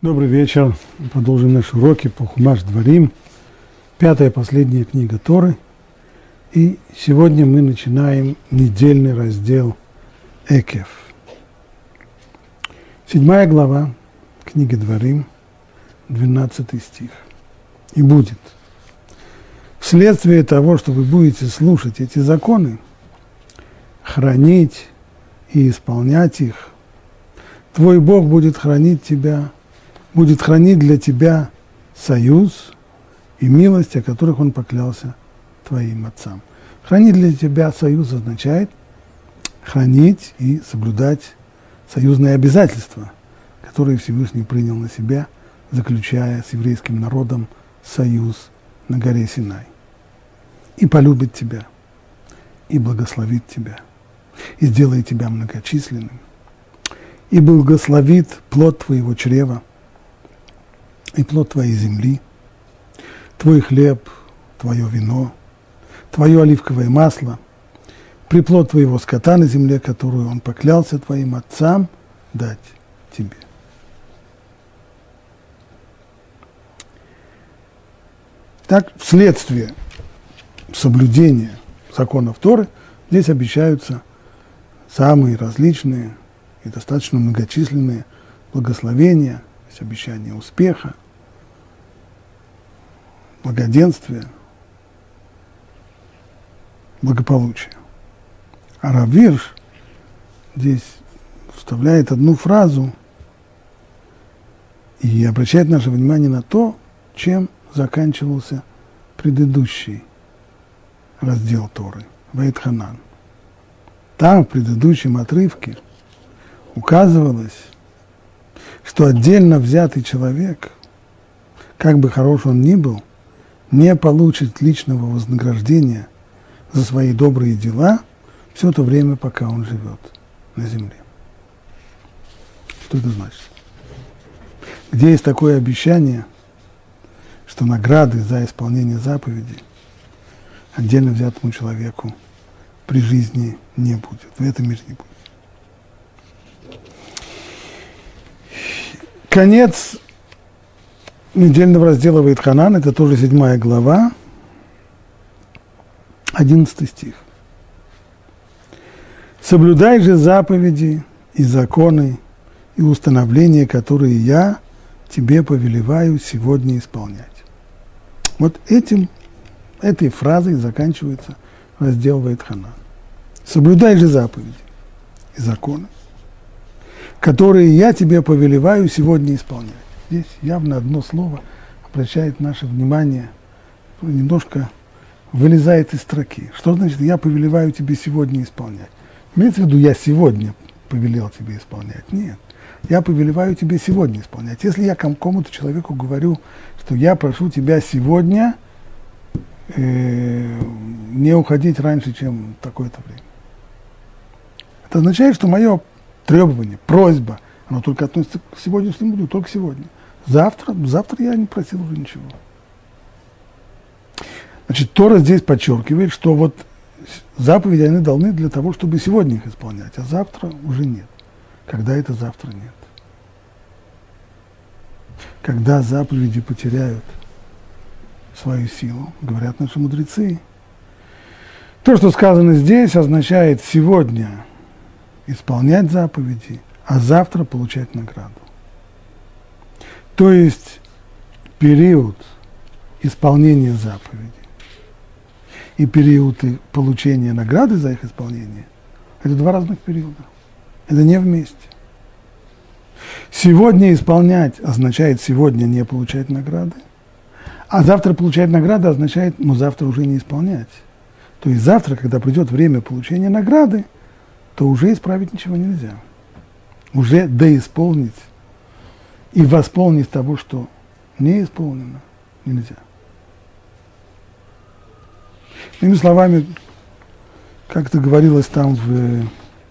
Добрый вечер. Продолжим наши уроки по Хумаш Дворим. 5-я последняя книга Торы. И сегодня мы начинаем недельный раздел Экев. 7 глава книги Дворим, 12 стих. И будет: вследствие того, что вы будете слушать эти законы, хранить и исполнять их, твой Бог будет хранить тебя, будет хранить для тебя союз и милость, о которых Он поклялся твоим отцам. Хранить для тебя союз означает хранить и соблюдать союзные обязательства, которые Всевышний принял на себя, заключая с еврейским народом союз на горе Синай. И полюбит тебя, и благословит тебя, и сделает тебя многочисленным, и благословит плод твоего чрева, и плод твоей земли, твой хлеб, твое вино, твое оливковое масло, приплод твоего скота на земле, которую Он поклялся твоим отцам дать тебе. Так, вследствие соблюдения законов Торы здесь обещаются самые различные и достаточно многочисленные благословения, то есть обещание успеха, благоденствия, благополучия. А Рав Вирш здесь вставляет одну фразу и обращает наше внимание на то, чем заканчивался предыдущий раздел Торы, Ваэт Ханан. Там, в предыдущем отрывке, указывалось, что отдельно взятый человек, как бы хорош он ни был, не получит личного вознаграждения за свои добрые дела все то время, пока он живет на земле. Что это значит? Где есть такое обещание, что награды за исполнение заповедей отдельно взятому человеку при жизни не будет, в этом мире не будет. Конец недельного раздела Ваэт Ханан, это тоже 7 глава, 11 стих. «Соблюдай же заповеди и законы и установления, которые я тебе повелеваю сегодня исполнять». Вот этой фразой заканчивается раздел Ваэт Ханан. «Соблюдай же заповеди и законы, которые я тебе повелеваю сегодня исполнять». Здесь явно одно слово обращает наше внимание, немножко вылезает из строки. Что значит «я повелеваю тебе сегодня исполнять»? Имеется в виду «я сегодня повелел тебе исполнять»? Нет. «Я повелеваю тебе сегодня исполнять». Если я какому-то человеку говорю, что я прошу тебя сегодня не уходить раньше, чем такое-то время, это означает, что мое требование, просьба, оно только относится к сегодняшнему дню, только сегодня. Завтра я не просил уже ничего. Значит, Тора здесь подчеркивает, что вот заповеди, они даны для того, чтобы сегодня их исполнять, а завтра уже нет. Когда это завтра нет? Когда заповеди потеряют свою силу, говорят наши мудрецы, то, что сказано здесь, означает сегодня исполнять заповеди, а завтра получать награду. То есть период исполнения заповедей и период получения награды за их исполнение – это два разных периода. Это не вместе. Сегодня исполнять означает сегодня не получать награды, а завтра получать награды означает, завтра уже не исполнять. То есть завтра, когда придет время получения награды, то уже исправить ничего нельзя. Уже доисполнить и восполнить того, что не исполнено, нельзя. Иными словами, как это говорилось там в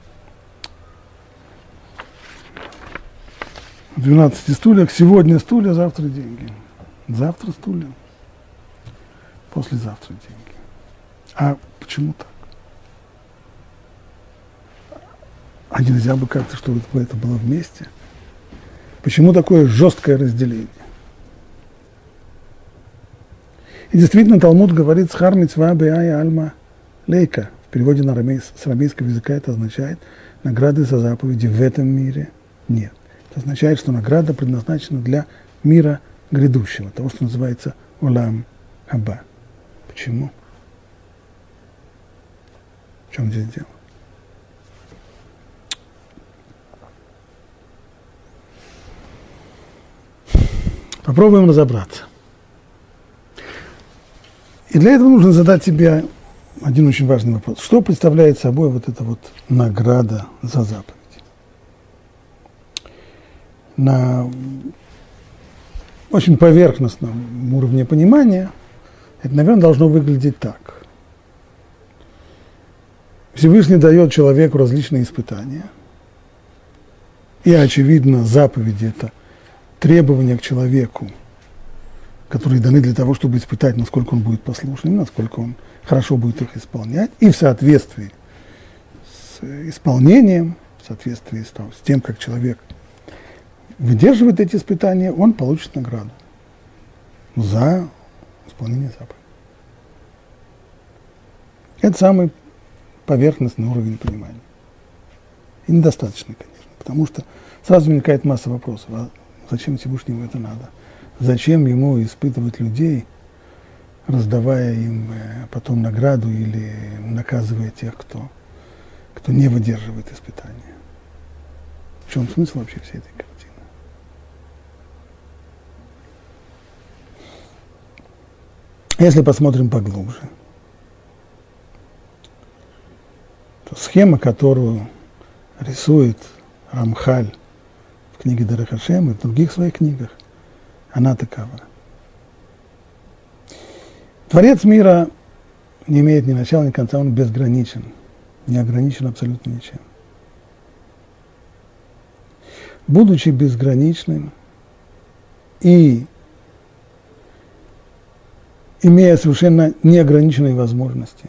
12 стульях, сегодня стулья, завтра деньги. Завтра стулья, послезавтра деньги. А почему так? А нельзя бы как-то, чтобы это было вместе? Почему такое жесткое разделение? И действительно, Талмуд говорит «Схар мицва беая альма лейка». В переводе с арамейского языка это означает «награды за заповеди в этом мире нет». Это означает, что награда предназначена для мира грядущего, того, что называется «улам хаба». Почему? В чем здесь дело? Попробуем разобраться. И для этого нужно задать себе один очень важный вопрос. Что представляет собой вот эта вот награда за заповедь? На очень поверхностном уровне понимания это, наверное, должно выглядеть так. Всевышний дает человеку различные испытания. И, очевидно, заповеди – это требования к человеку, которые даны для того, чтобы испытать, насколько он будет послушным, насколько он хорошо будет их исполнять, и в соответствии с исполнением, в соответствии с тем, как человек выдерживает эти испытания, он получит награду за исполнение заповедей. Это самый поверхностный уровень понимания. И недостаточный, конечно, потому что сразу возникает масса вопросов. А зачем Всевышнему это надо? Зачем ему испытывать людей, раздавая им потом награду или наказывая тех, кто не выдерживает испытания? В чем смысл вообще всей этой картины? Если посмотрим поглубже, то схема, которую рисует Рамхаль в книге Дерех ха-Шем и в других своих книгах, она такова. Творец мира не имеет ни начала, ни конца, он безграничен, не ограничен абсолютно ничем. Будучи безграничным и имея совершенно неограниченные возможности,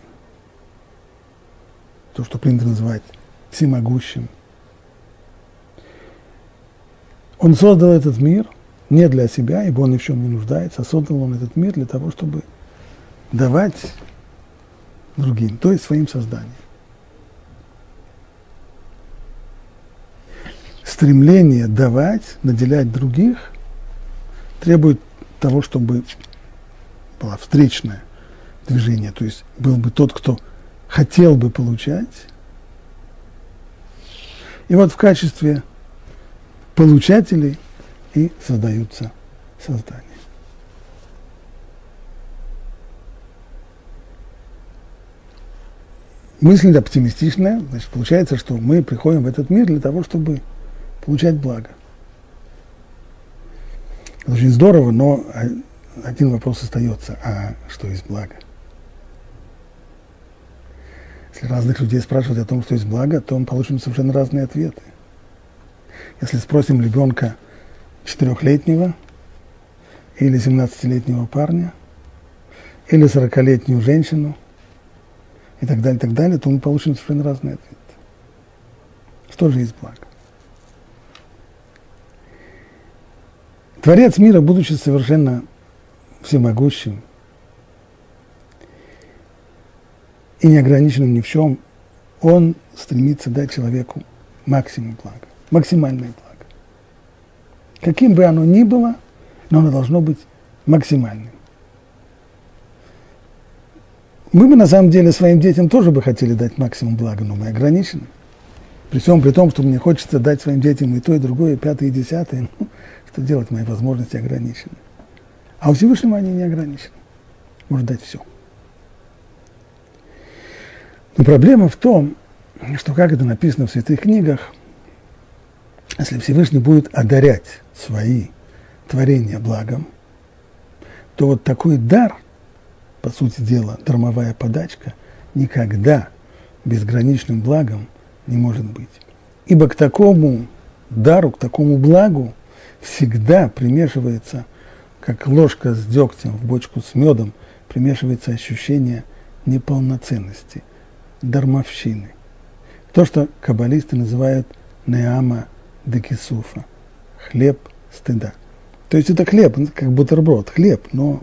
то, что принято называть всемогущим, он создал этот мир не для себя, ибо он ни в чем не нуждается, а создал он этот мир для того, чтобы давать другим, то есть своим созданием. Стремление давать, наделять других требует того, чтобы было встречное движение, то есть был бы тот, кто хотел бы получать. И вот в качестве получателей и создаются создания. Мысль оптимистичная, значит, получается, что мы приходим в этот мир для того, чтобы получать благо. Это очень здорово, но один вопрос остается: а что есть благо? Если разных людей спрашивать о том, что есть благо, то мы получим совершенно разные ответы. Если спросим ребенка 4-летнего, или 17-летнего парня, или 40-летнюю женщину, и так далее, то мы получим совершенно разные ответы. Что же есть благо? Творец мира, будучи совершенно всемогущим и неограниченным ни в чем, он стремится дать человеку максимум блага, максимальное благо. Каким бы оно ни было, но оно должно быть максимальным. Мы бы на самом деле своим детям тоже бы хотели дать максимум блага, но мы ограничены. При всем при том, что мне хочется дать своим детям и то, и другое, и пятое, и десятое, что делать, мои возможности ограничены. А у Всевышнего они не ограничены. Может дать все. Но проблема в том, что, как это написано в святых книгах, если Всевышний будет одарять свои творения благом, то вот такой дар, по сути дела, дармовая подачка, никогда безграничным благом не может быть. Ибо к такому дару, к такому благу всегда примешивается, как ложка с дегтем в бочку с медом, примешивается ощущение неполноценности, дармовщины. То, что каббалисты называют неама де кисуфа, хлеб стыда. То есть это хлеб, как бутерброд, хлеб, но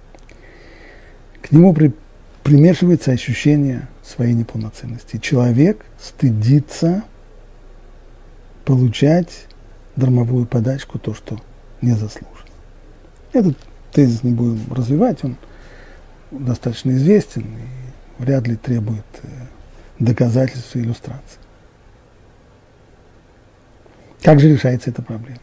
к нему примешивается ощущение своей неполноценности. Человек стыдится получать дармовую подачку, то, что не заслужено. Этот тезис не будем развивать, он достаточно известен и вряд ли требует доказательств и иллюстраций. Как же решается эта проблема?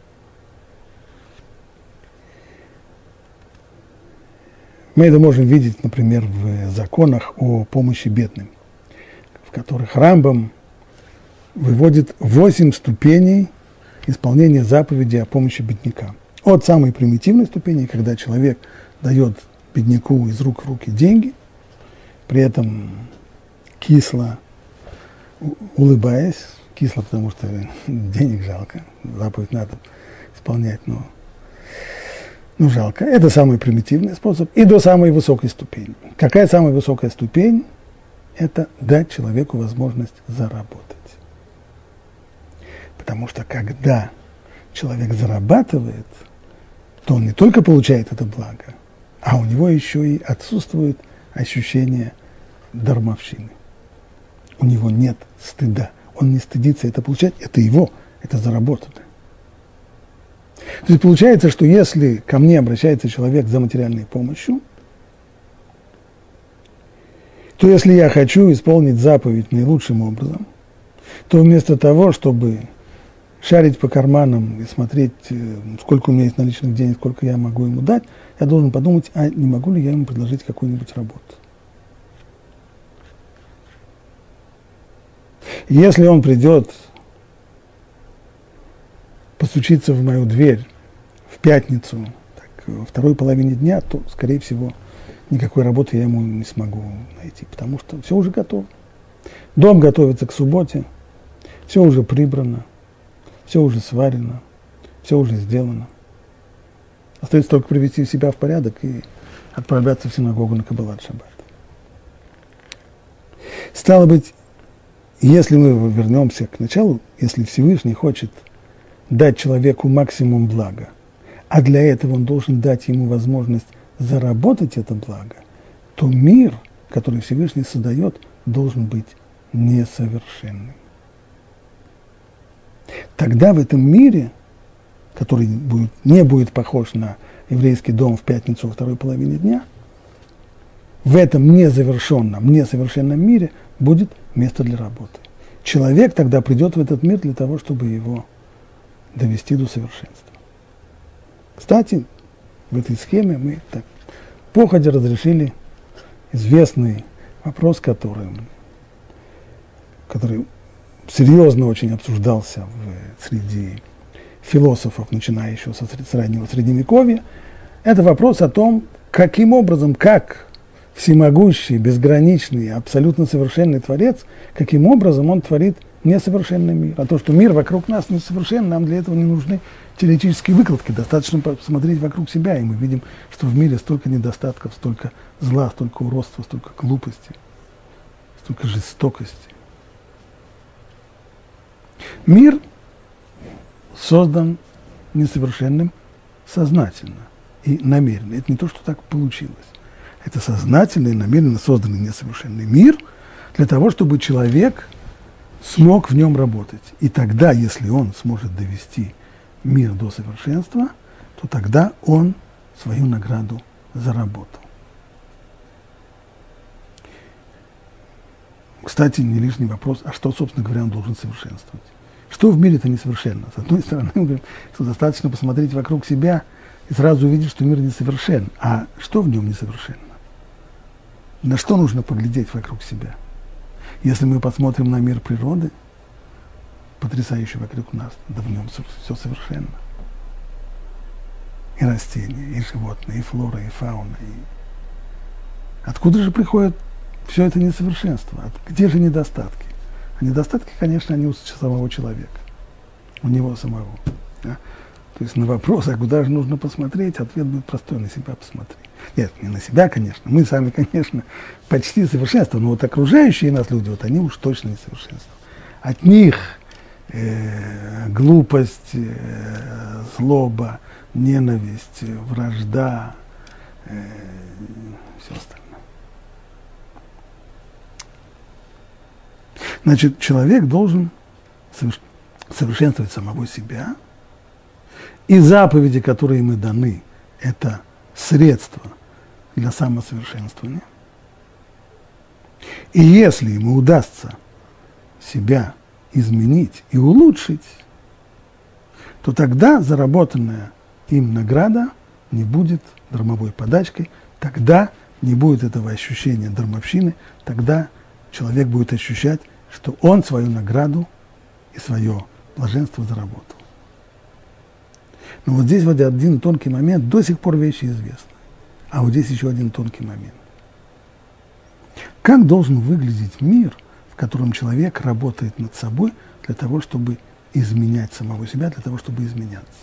Мы это можем видеть, например, в законах о помощи бедным, в которых Рамбам выводит 8 ступеней исполнения заповеди о помощи беднякам. От самой примитивной ступени, когда человек дает бедняку из рук в руки деньги, при этом кисло улыбаясь, кисло, потому что денег жалко, заповедь надо исполнять, но жалко. Это самый примитивный способ. И до самой высокой ступени. Какая самая высокая ступень? Это дать человеку возможность заработать. Потому что когда человек зарабатывает, то он не только получает это благо, а у него еще и отсутствует ощущение дармовщины. У него нет стыда. Он не стыдится это получать. Это его, это заработанное. То есть получается, что если ко мне обращается человек за материальной помощью, то если я хочу исполнить заповедь наилучшим образом, то вместо того, чтобы шарить по карманам и смотреть, сколько у меня есть наличных денег, сколько я могу ему дать, я должен подумать, а не могу ли я ему предложить какую-нибудь работу. Если он придет постучиться в мою дверь в пятницу, во второй половине дня, то, скорее всего, никакой работы я ему не смогу найти, потому что все уже готово. Дом готовится к субботе, все уже прибрано, все уже сварено, все уже сделано. Остается только привести себя в порядок и отправляться в синагогу на Каббалат Шаббат. Стало быть, если мы вернемся к началу, если Всевышний хочет дать человеку максимум блага, а для этого он должен дать ему возможность заработать это благо, то мир, который Всевышний создает, должен быть несовершенным. Тогда в этом мире, который не будет похож на еврейский дом в пятницу во второй половине дня, в этом несовершенном мире будет место для работы. Человек тогда придет в этот мир для того, чтобы его довести до совершенства. Кстати, в этой схеме мы так походя разрешили известный вопрос, который серьезно очень обсуждался среди философов, начиная еще с раннего Средневековья. Это вопрос о том, каким образом, как всемогущий, безграничный, абсолютно совершенный Творец, каким образом он творит несовершенный мир. А то, что мир вокруг нас несовершенный, нам для этого не нужны теоретические выкладки. Достаточно посмотреть вокруг себя, и мы видим, что в мире столько недостатков, столько зла, столько уродства, столько глупости, столько жестокости. Мир создан несовершенным сознательно и намеренно. Это не то, что так получилось. Это сознательно и намеренно созданный несовершенный мир для того, чтобы человек смог в нем работать. И тогда, если он сможет довести мир до совершенства, то тогда он свою награду заработал. Кстати, не лишний вопрос, а что, собственно говоря, он должен совершенствовать? Что в мире-то несовершенно? С одной стороны, мы говорим, что достаточно посмотреть вокруг себя и сразу увидеть, что мир несовершен. А что в нем несовершенно? На что нужно поглядеть вокруг себя? Если мы посмотрим на мир природы, потрясающий вокруг нас, да в нем все совершенно. И растения, и животные, и флора, и фауна. Откуда же приходит все это несовершенство? Где же недостатки? А недостатки, конечно, они у самого человека, у него самого. Да? То есть на вопрос, а куда же нужно посмотреть, ответ будет простой: на себя посмотреть. Нет, не на себя, конечно, мы сами, конечно, почти совершенство, но вот окружающие нас люди, вот они уж точно несовершенство. От них глупость, злоба, ненависть, вражда, все остальное. Значит, человек должен совершенствовать самого себя, и заповеди, которые ему даны, это средство для самосовершенствования. И если ему удастся себя изменить и улучшить, то тогда заработанная им награда не будет дармовой подачкой, тогда не будет этого ощущения дармовщины, тогда человек будет ощущать, что он свою награду и свое блаженство заработал. Но вот здесь вот один тонкий момент, до сих пор вещи известны, а вот здесь еще один тонкий момент. Как должен выглядеть мир, в котором человек работает над собой для того, чтобы изменять самого себя, для того, чтобы изменяться?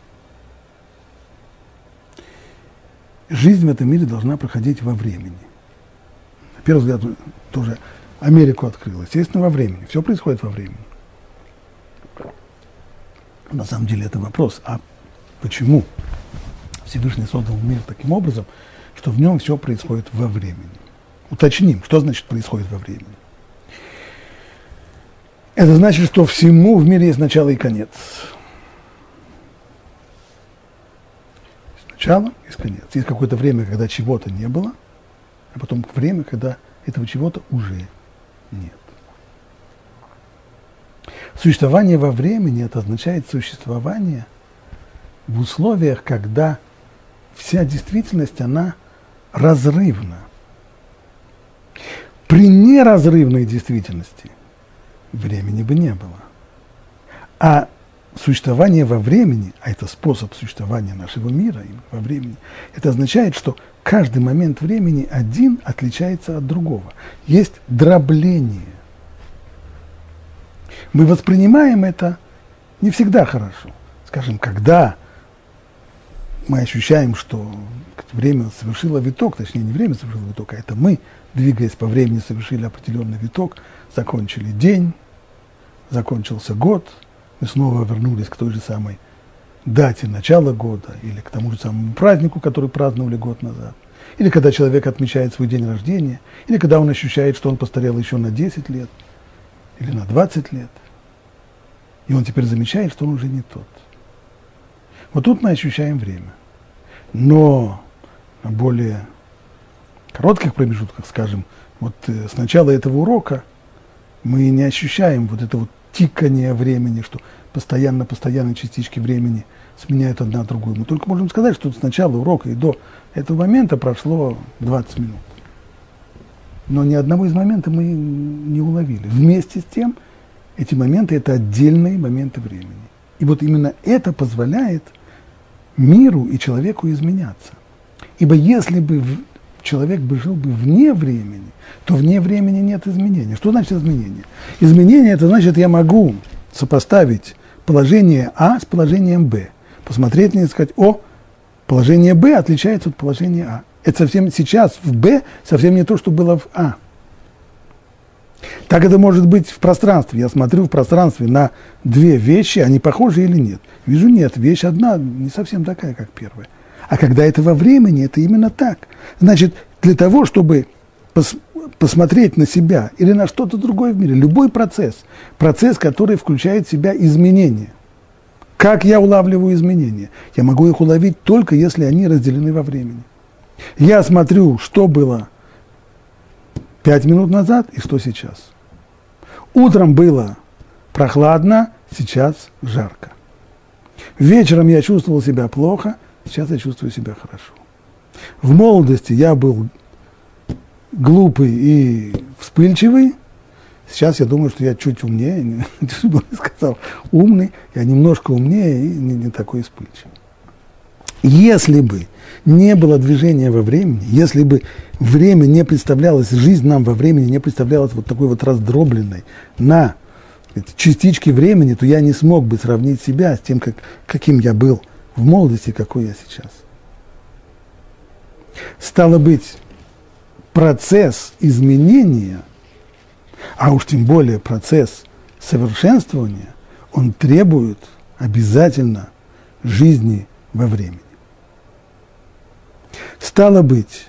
Жизнь в этом мире должна проходить во времени. На первый взгляд, тоже Америку открыла. Естественно, во времени. Все происходит во времени. На самом деле это вопрос, а почему Всевышний создал мир таким образом, что в нем все происходит во времени? Уточним, что значит происходит во времени. Это значит, что всему в мире есть начало и конец. Начало, есть конец. Есть какое-то время, когда чего-то не было, а потом время, когда этого чего-то уже нет. Существование во времени – это означает существование в условиях, когда вся действительность, она разрывна. При неразрывной действительности времени бы не было. А существование во времени, а это способ существования нашего мира во времени, это означает, что каждый момент времени один отличается от другого. Есть дробление. Мы воспринимаем это не всегда хорошо. Скажем, когда мы ощущаем, что время совершило виток, точнее, не время совершило виток, а это мы, двигаясь по времени, совершили определенный виток, закончили день, закончился год, мы снова вернулись к той же самой дате начала года или к тому же самому празднику, который праздновали год назад. Или когда человек отмечает свой день рождения, или когда он ощущает, что он постарел еще на 10 лет или на 20 лет. И он теперь замечает, что он уже не тот. Вот тут мы ощущаем время. Но на более коротких промежутках, скажем, вот с начала этого урока мы не ощущаем вот это вот тикание времени, что постоянно частички времени сменяют одна другую. Мы только можем сказать, что с начала урока и до этого момента прошло 20 минут. Но ни одного из моментов мы не уловили. Вместе с тем, эти моменты – это отдельные моменты времени. И вот именно это позволяет миру и человеку изменяться. Ибо если бы человек жил бы вне времени, то вне времени нет изменения. Что значит изменение? Изменение – это значит, я могу сопоставить положение А с положением Б. Посмотреть и сказать, положение Б отличается от положения А. Это совсем сейчас в Б совсем не то, что было в А. Так это может быть в пространстве. Я смотрю в пространстве на две вещи, они похожи или нет. Вижу, нет, вещь одна не совсем такая, как первая. А когда это во времени, это именно так. Значит, для того, чтобы посмотреть на себя или на что-то другое в мире, любой процесс, который включает в себя изменения. Как я улавливаю изменения? Я могу их уловить только если они разделены во времени. Я смотрю, что было 5 минут назад и что сейчас. Утром было прохладно, сейчас жарко. Вечером я чувствовал себя плохо, сейчас я чувствую себя хорошо. В молодости я был глупый и вспыльчивый, сейчас я думаю, что я чуть умнее, не сказал умный, я немножко умнее и не такой вспыльчивый. Если бы не было движения во времени, если бы время не представлялось, жизнь нам во времени не представлялась вот такой вот раздробленной на частички времени, то я не смог бы сравнить себя с тем, каким я был в молодости, какой я сейчас. Стало быть, процесс изменения, а уж тем более процесс совершенствования, он требует обязательно жизни во времени. Стало быть,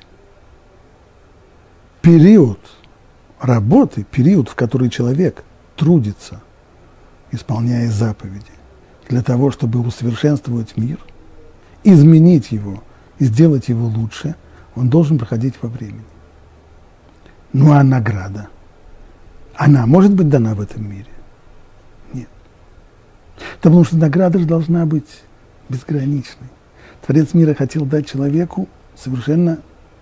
период работы, период, в который человек трудится, исполняя заповеди, для того, чтобы усовершенствовать мир, изменить его и сделать его лучше, он должен проходить во времени. Ну а награда, она может быть дана в этом мире? Нет. Потому что награда же должна быть безграничной. Творец мира хотел дать человеку совершенно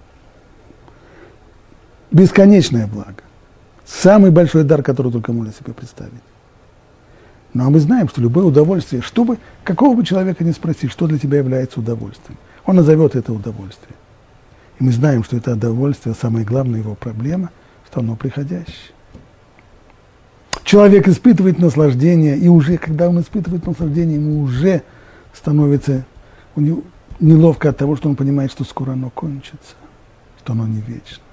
бесконечное благо. Самый большой дар, который только можно себе представить. Ну а мы знаем, что любое удовольствие, какого бы человека ни спроси, что для тебя является удовольствием, он назовет это удовольствие. И мы знаем, что это удовольствие, самая главная его проблема, что оно приходящее. Человек испытывает наслаждение, и уже, когда он испытывает наслаждение, ему уже становится неловко от того, что он понимает, что скоро оно кончится, что оно не вечно.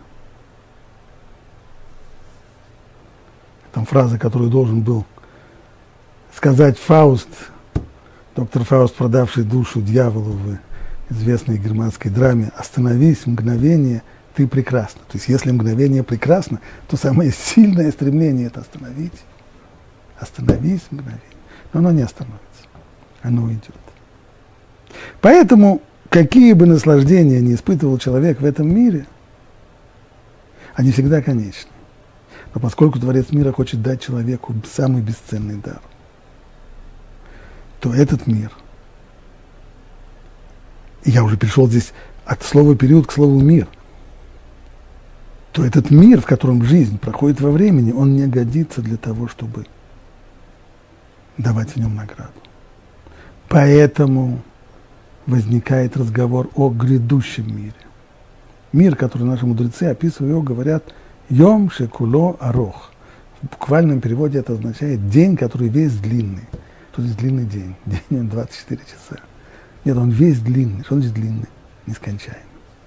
Там фраза, которую должен был сказать Фауст, доктор Фауст, продавший душу дьяволу в известной германской драме: «Остановись, мгновение, ты прекрасна». То есть, если мгновение прекрасно, то самое сильное стремление – это остановить. Остановись, мгновение. Но оно не остановится, оно уйдет. Поэтому, какие бы наслаждения ни испытывал человек в этом мире, они всегда конечны. Но поскольку Творец мира хочет дать человеку самый бесценный дар, то этот мир, и я уже перешел здесь от слова «период» к слову «мир», то этот мир, в котором жизнь проходит во времени, он не годится для того, чтобы давать в нем награду. Поэтому возникает разговор о грядущем мире. Мир, который наши мудрецы, описывая его, говорят «Йом шекуло арох». В буквальном переводе это означает «день, который весь длинный». Что здесь длинный день? День 24 часа. Нет, он весь длинный. Что значит длинный? Нескончаемый.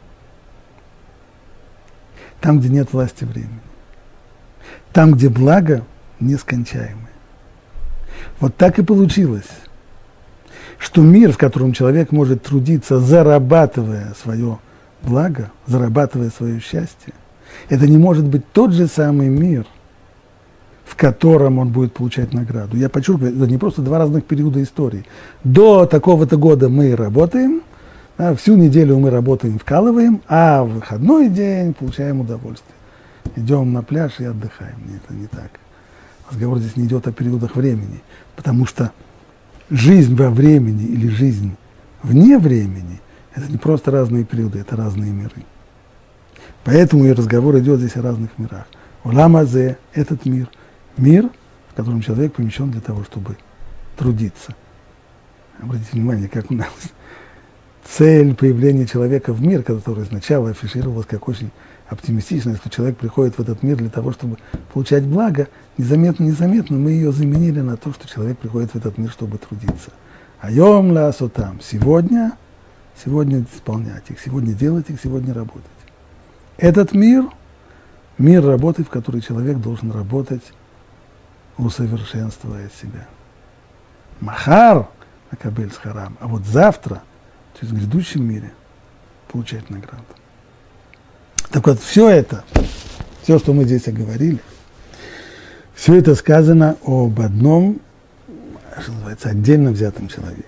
Там, где нет власти времени. Там, где благо нескончаемое. Вот так и получилось, что мир, в котором человек может трудиться, зарабатывая свое благо, зарабатывая свое счастье, это не может быть тот же самый мир, в котором он будет получать награду. Я подчеркиваю, это не просто два разных периода истории. До такого-то года мы работаем, всю неделю мы работаем, вкалываем, а в выходной день получаем удовольствие. Идем на пляж и отдыхаем. Нет, это не так. Разговор здесь не идет о периодах времени, потому что жизнь во времени или жизнь вне времени – это не просто разные периоды, это разные миры. Поэтому и разговор идет здесь о разных мирах. Улам азе – этот мир, мир, в котором человек помещен для того, чтобы трудиться. Обратите внимание, как у нас цель появления человека в мир, который сначала афишировалась как очень оптимистичная, что человек приходит в этот мир для того, чтобы получать благо, незаметно мы ее заменили на то, что человек приходит в этот мир, чтобы трудиться. Айом ла сотам. Сегодня исполнять их, сегодня делать их, сегодня работать. Этот мир работы, в которой человек должен работать, усовершенствуя себя. Махар акабель схарам. А вот завтра, то есть в грядущем мире, получать награду. Так вот, все, что мы здесь оговорили, все это сказано об одном, что называется, отдельно взятом человеке.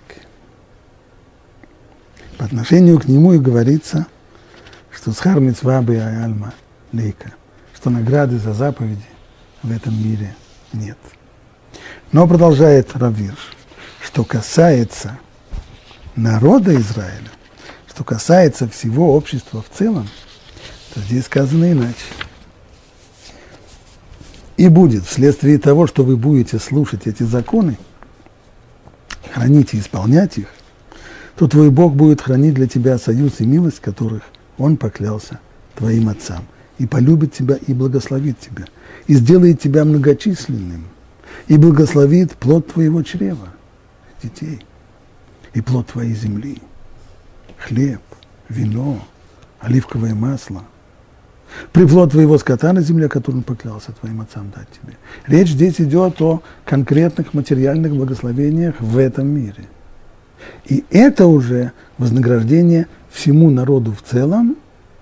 По отношению к нему и говорится, что схар мицва бе'альма лейка, что награды за заповеди в этом мире нет. Но продолжает Рав Вирш, что касается народа Израиля, что касается всего общества в целом, то здесь сказано иначе. И будет вследствие того, что вы будете слушать эти законы, хранить и исполнять их, то твой Бог будет хранить для тебя союз и милость, которых Он поклялся твоим отцам, и полюбит тебя, и благословит тебя, и сделает тебя многочисленным, и благословит плод твоего чрева, детей, и плод твоей земли, хлеб, вино, оливковое масло, приплод твоего скота на земле, который он поклялся твоим отцам дать тебе. Речь здесь идет о конкретных материальных благословениях в этом мире. И это уже вознаграждение всему народу в целом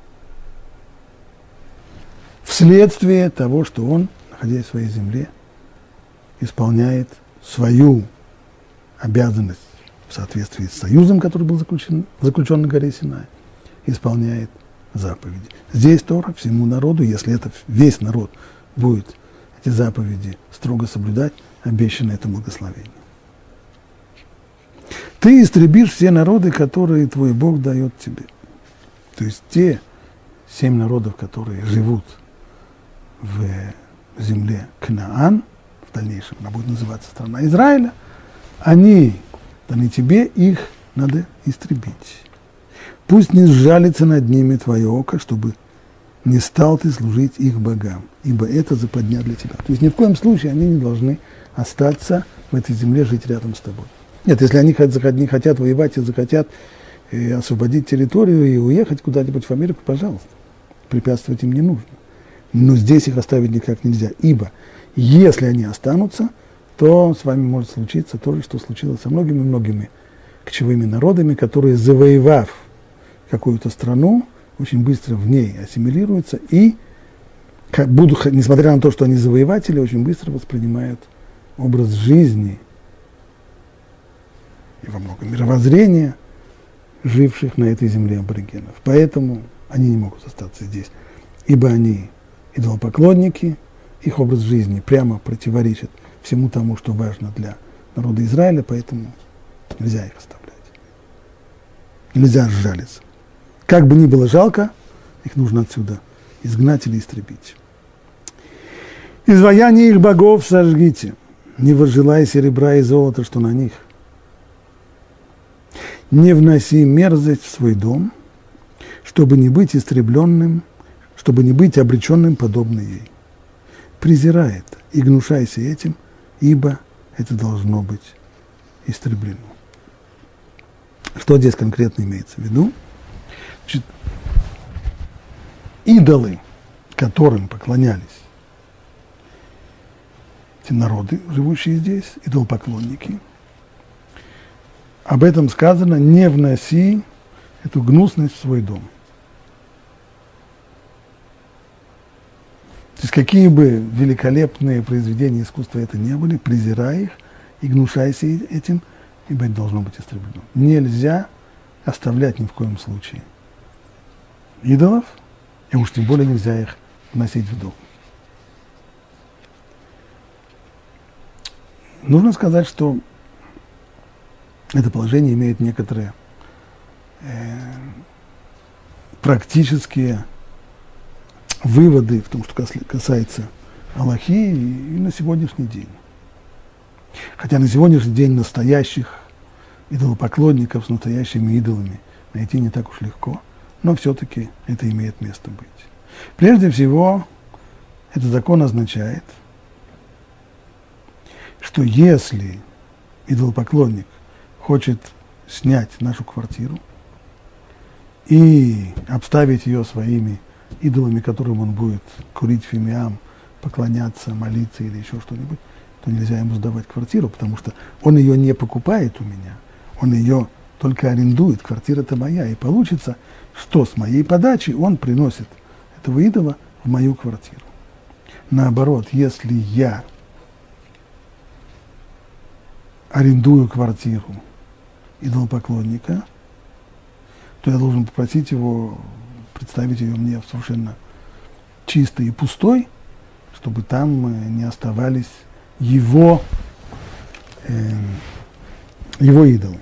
вследствие того, что он, находясь в своей земле, исполняет свою обязанность в соответствии с союзом, который был заключен на горе Синай, исполняет заповеди. Здесь Тора всему народу, если это весь народ будет эти заповеди строго соблюдать, обещано это благословение. Ты истребишь все народы, которые твой Бог дает тебе. То есть те 7 народов, которые живут в земле Кнаан, в дальнейшем она будет называться страна Израиля, они даны тебе, их надо истребить. Пусть не сжалится над ними твое око, чтобы не стал ты служить их богам, ибо это западня для тебя. То есть ни в коем случае они не должны остаться в этой земле, жить рядом с тобой. Нет, если они хотят воевать и захотят освободить территорию и уехать куда-нибудь в Америку, пожалуйста, препятствовать им не нужно. Но здесь их оставить никак нельзя, ибо если они останутся, то с вами может случиться то же, что случилось со многими-многими кочевыми народами, которые, завоевав какую-то страну, очень быстро в ней ассимилируются и, несмотря на то, что они завоеватели, очень быстро воспринимают образ жизни и во многом мировоззрения живших на этой земле аборигенов. Поэтому они не могут остаться здесь, ибо они идолопоклонники, их образ жизни прямо противоречит всему тому, что важно для народа Израиля, поэтому нельзя их оставлять. Нельзя сжалиться. Как бы ни было жалко, их нужно отсюда изгнать или истребить. Изваяние их богов сожгите, не возжелай серебра и золота, что на них. Не вноси мерзость в свой дом, чтобы не быть истребленным, чтобы не быть обреченным подобно ей. Презирай это и гнушайся этим, ибо это должно быть истреблено. Что здесь конкретно имеется в виду? Значит, идолы, которым поклонялись эти народы, живущие здесь, идолопоклонники, об этом сказано: не вноси эту гнусность в свой дом. То есть какие бы великолепные произведения искусства это ни были, презирай их и гнушайся этим, ибо это должно быть истреблено. Нельзя оставлять ни в коем случае идолов, и уж тем более нельзя их вносить в дом. Нужно сказать, что это положение имеет некоторые практические выводы в том, что касается Аллахи и на сегодняшний день. Хотя на сегодняшний день настоящих идолопоклонников с настоящими идолами найти не так уж легко, но все-таки это имеет место быть. Прежде всего, этот закон означает, что если идолопоклонник хочет снять нашу квартиру и обставить ее своими идолами, которым он будет курить фимиам, поклоняться, молиться или еще что-нибудь, то нельзя ему сдавать квартиру, потому что он ее не покупает у меня, он ее только арендует, квартира-то моя, и получится, что с моей подачи он приносит этого идола в мою квартиру. Наоборот, если я арендую квартиру идолопоклонника, то я должен попросить его представить ее мне совершенно чистой и пустой, чтобы там не оставались его идолы.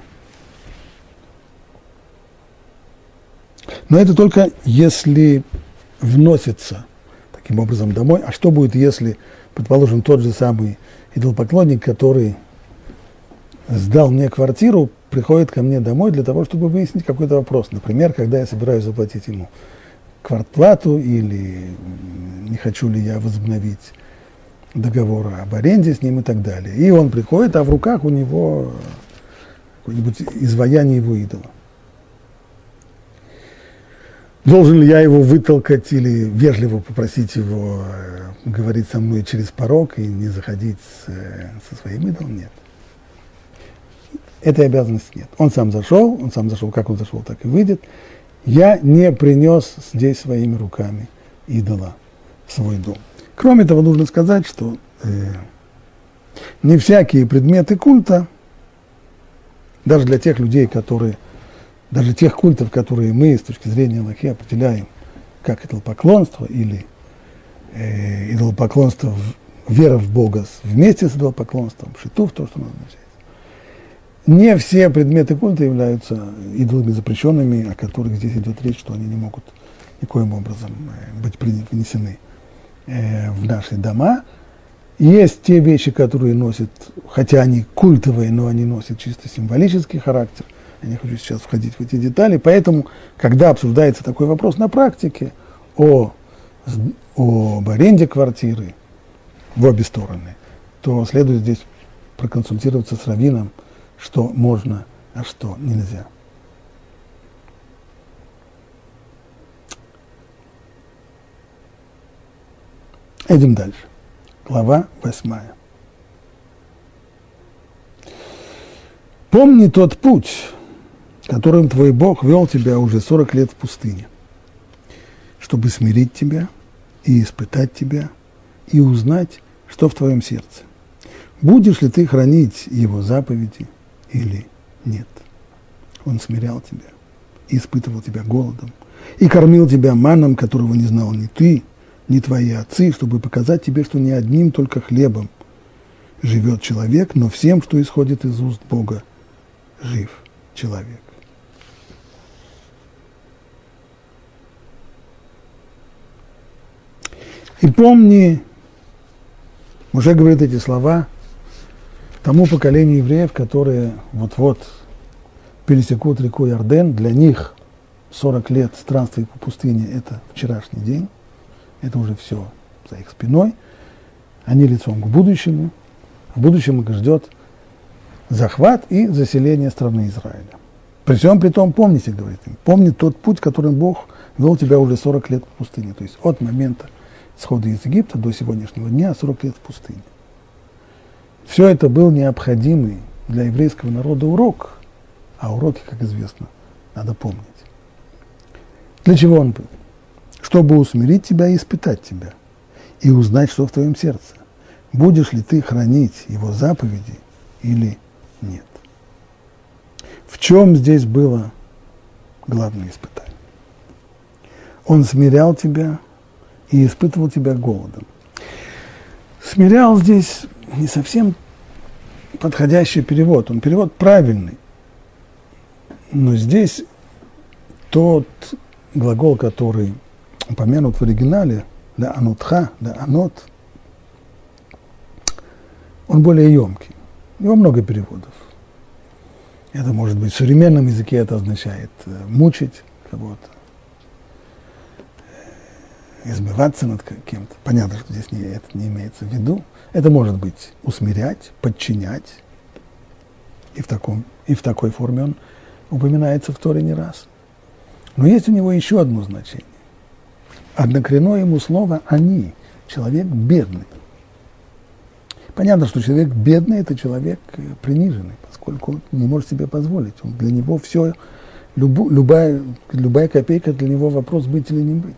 Но это только если вносится таким образом домой. А что будет, если, предположим, тот же самый идолопоклонник, который сдал мне квартиру, приходит ко мне домой для того, чтобы выяснить какой-то вопрос. Например, когда я собираюсь заплатить ему квартплату или не хочу ли я возобновить договор об аренде с ним и так далее. И он приходит, а в руках у него какое-нибудь изваяние его идола. Должен ли я его вытолкать или вежливо попросить его говорить со мной через порог и не заходить со своим идолом? Нет. Этой обязанности нет. Он сам зашел, как он зашел, так и выйдет. Я не принес здесь своими руками идола в свой дом. Кроме того, нужно сказать, что не всякие предметы культа, даже для тех людей, даже тех культов, которые мы с точки зрения Аллахи определяем как идолопоклонство или идолопоклонство, вера в Бога вместе с идолопоклонством, шитуф, то, что оно означает. Не все предметы культа являются идолами запрещенными, о которых здесь идет речь, что они не могут никоим образом быть внесены в наши дома. Есть те вещи, которые носят, хотя они культовые, но они носят чисто символический характер. Я не хочу сейчас входить в эти детали, поэтому, когда обсуждается такой вопрос на практике об аренде квартиры в обе стороны, то следует здесь проконсультироваться с раввином, что можно, а что нельзя. Идем дальше. Глава 8. Помни тот путь, которым твой Бог вел тебя уже 40 лет в пустыне, чтобы смирить тебя и испытать тебя, и узнать, что в твоем сердце. Будешь ли ты хранить его заповеди или нет? Он смирял тебя и испытывал тебя голодом, и кормил тебя манном, которого не знал ни ты, ни твои отцы, чтобы показать тебе, что не одним только хлебом живет человек, но всем, что исходит из уст Бога, жив человек. И помни, Моше говорит эти слова тому поколению евреев, которые вот-вот пересекут реку Иорден. Для них 40 лет странствий по пустыне – это вчерашний день, это уже все за их спиной. Они лицом к будущему. В будущем их ждет захват и заселение страны Израиля. При всем при том, помните, говорит им, помни тот путь, которым Бог вел тебя уже 40 лет в пустыне. То есть от момента исхода из Египта до сегодняшнего дня 40 лет в пустыне. Все это был необходимый для еврейского народа урок, а уроки, как известно, надо помнить. Для чего он был? Чтобы усмирить тебя и испытать тебя, и узнать, что в твоем сердце. Будешь ли ты хранить его заповеди или нет? В чем здесь было главное испытание? Он смирял тебя и испытывал тебя голодом. Смирял здесь не совсем подходящий перевод. Он перевод правильный. Но здесь тот глагол, который упомянут в оригинале, да анотха, да анот, он более емкий. У него много переводов. Это может быть в современном языке, это означает мучить кого-то, измываться над кем-то. Понятно, что здесь это не имеется в виду. Это может быть усмирять, подчинять. И в такой форме он упоминается в Торе не раз. Но есть у него еще одно значение. Однокоренное ему слово «они», человек бедный. Понятно, что человек бедный – это человек приниженный, поскольку он не может себе позволить. Для него все, любая копейка для него вопрос быть или не быть.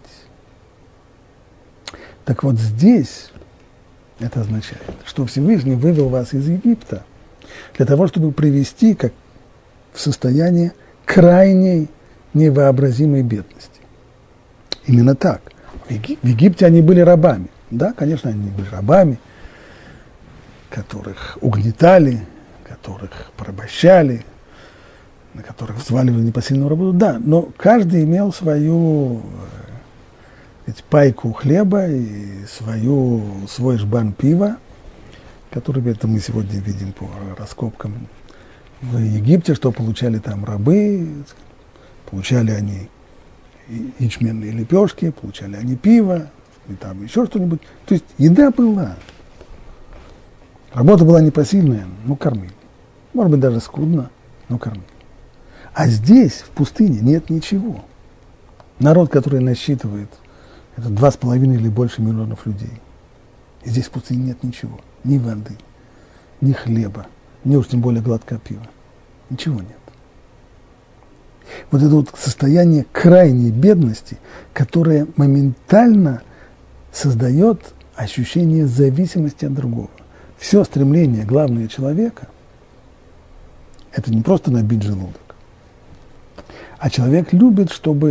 Так вот здесь это означает, что Всевышний вывел вас из Египта для того, чтобы привести как в состояние крайней невообразимой бедности. Именно так. В Египте они были рабами. Да, конечно, они были рабами, которых угнетали, которых порабощали, на которых взваливали непосильную работу. Да, но каждый имел свою пайку хлеба и свой жбан пива, который это мы сегодня видим по раскопкам в Египте, что получали там рабы, получали они ячменные лепешки, получали они пиво, и там еще что-нибудь. То есть еда была. Работа была непосильная, но кормили. Может быть, даже скудно, но кормили. А здесь, в пустыне, нет ничего. Народ, который насчитывает, это 2,5 или больше миллионов людей. И здесь в пустыне нет ничего, ни воды, ни хлеба, ни уж тем более глотка пива. Ничего нет. Вот это вот состояние крайней бедности, которое моментально создает ощущение зависимости от другого. Все стремление главное человека – это не просто набить желудок, а человек любит